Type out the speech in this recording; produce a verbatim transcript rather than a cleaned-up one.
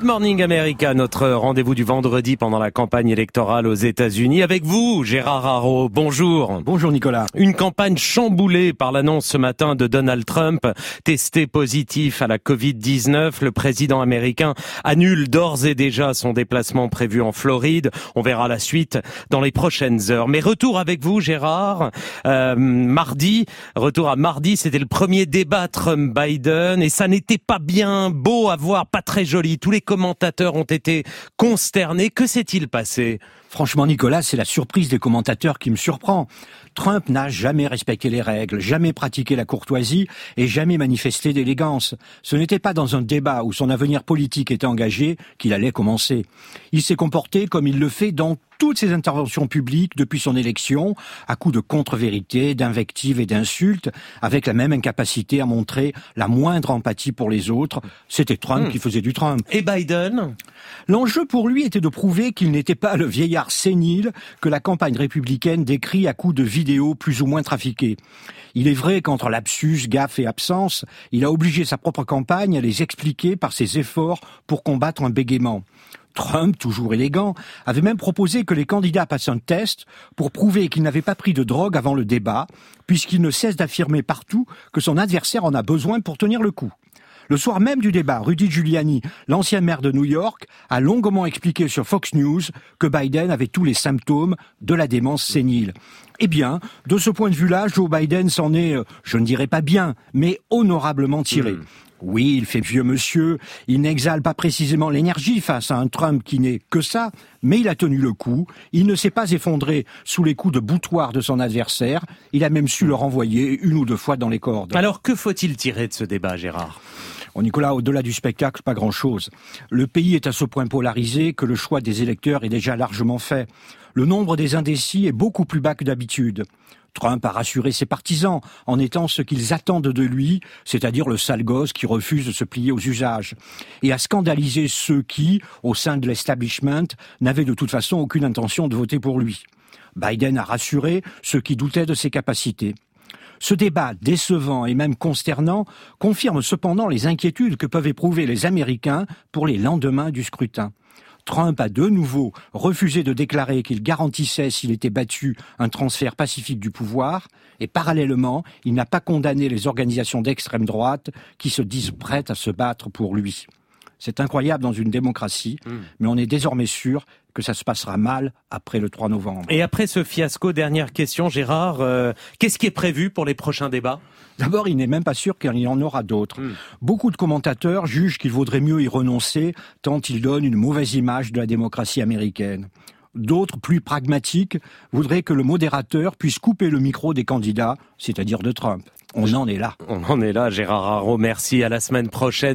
Morning America, notre rendez-vous du vendredi pendant la campagne électorale aux États-Unis. Avec vous, Gérard Haro, bonjour. Bonjour Nicolas. Une campagne chamboulée par l'annonce ce matin de Donald Trump, testé positif à la covid dix-neuf. Le président américain annule d'ores et déjà son déplacement prévu en Floride. On verra la suite dans les prochaines heures. Mais retour avec vous, Gérard. Euh, mardi, retour à mardi, c'était le premier débat Trump-Biden et ça n'était pas bien beau à voir, pas très joli. Tous les commentateurs ont été consternés. Que s'est-il passé ? Franchement, Nicolas, c'est la surprise des commentateurs qui me surprend. Trump n'a jamais respecté les règles, jamais pratiqué la courtoisie et jamais manifesté d'élégance. Ce n'était pas dans un débat où son avenir politique était engagé qu'il allait commencer. Il s'est comporté comme il le fait dans toutes ses interventions publiques depuis son élection, à coups de contre-vérités, d'invectives et d'insultes, avec la même incapacité à montrer la moindre empathie pour les autres. C'était Trump mmh. qui faisait du Trump. Et Biden ? L'enjeu pour lui était de prouver qu'il n'était pas le vieillard sénile que la campagne républicaine décrit à coups de vidéos plus ou moins trafiquées. Il est vrai qu'entre lapsus, gaffe et absence, il a obligé sa propre campagne à les expliquer par ses efforts pour combattre un bégaiement. Trump, toujours élégant, avait même proposé que les candidats passent un test pour prouver qu'ils n'avaient pas pris de drogue avant le débat, puisqu'il ne cesse d'affirmer partout que son adversaire en a besoin pour tenir le coup. Le soir même du débat, Rudy Giuliani, l'ancien maire de New York, a longuement expliqué sur Fox News que Biden avait tous les symptômes de la démence sénile. Eh bien, de ce point de vue-là, Joe Biden s'en est, je ne dirais pas bien, mais honorablement tiré. Mmh. Oui, il fait vieux monsieur, il n'exhale pas précisément l'énergie face à un Trump qui n'est que ça, mais il a tenu le coup, il ne s'est pas effondré sous les coups de boutoir de son adversaire, il a même su le renvoyer une ou deux fois dans les cordes. Alors que faut-il tirer de ce débat, Gérard ? Bon, Nicolas, au-delà du spectacle, pas grand-chose. Le pays est à ce point polarisé que le choix des électeurs est déjà largement fait. Le nombre des indécis est beaucoup plus bas que d'habitude. Trump a rassuré ses partisans en étant ce qu'ils attendent de lui, c'est-à-dire le sale gosse qui refuse de se plier aux usages, et a scandalisé ceux qui, au sein de l'establishment, n'avaient de toute façon aucune intention de voter pour lui. Biden a rassuré ceux qui doutaient de ses capacités. Ce débat décevant et même consternant confirme cependant les inquiétudes que peuvent éprouver les Américains pour les lendemains du scrutin. Trump a de nouveau refusé de déclarer qu'il garantissait, s'il était battu, un transfert pacifique du pouvoir, et parallèlement, il n'a pas condamné les organisations d'extrême droite qui se disent prêtes à se battre pour lui. C'est incroyable dans une démocratie, mmh. mais on est désormais sûr que ça se passera mal après le trois novembre. Et après ce fiasco, dernière question, Gérard, euh, qu'est-ce qui est prévu pour les prochains débats ? D'abord, il n'est même pas sûr qu'il y en aura d'autres. Mmh. Beaucoup de commentateurs jugent qu'il vaudrait mieux y renoncer tant il donne une mauvaise image de la démocratie américaine. D'autres, plus pragmatiques, voudraient que le modérateur puisse couper le micro des candidats, c'est-à-dire de Trump. On en est là. On en est là, Gérard Haro, merci, à la semaine prochaine.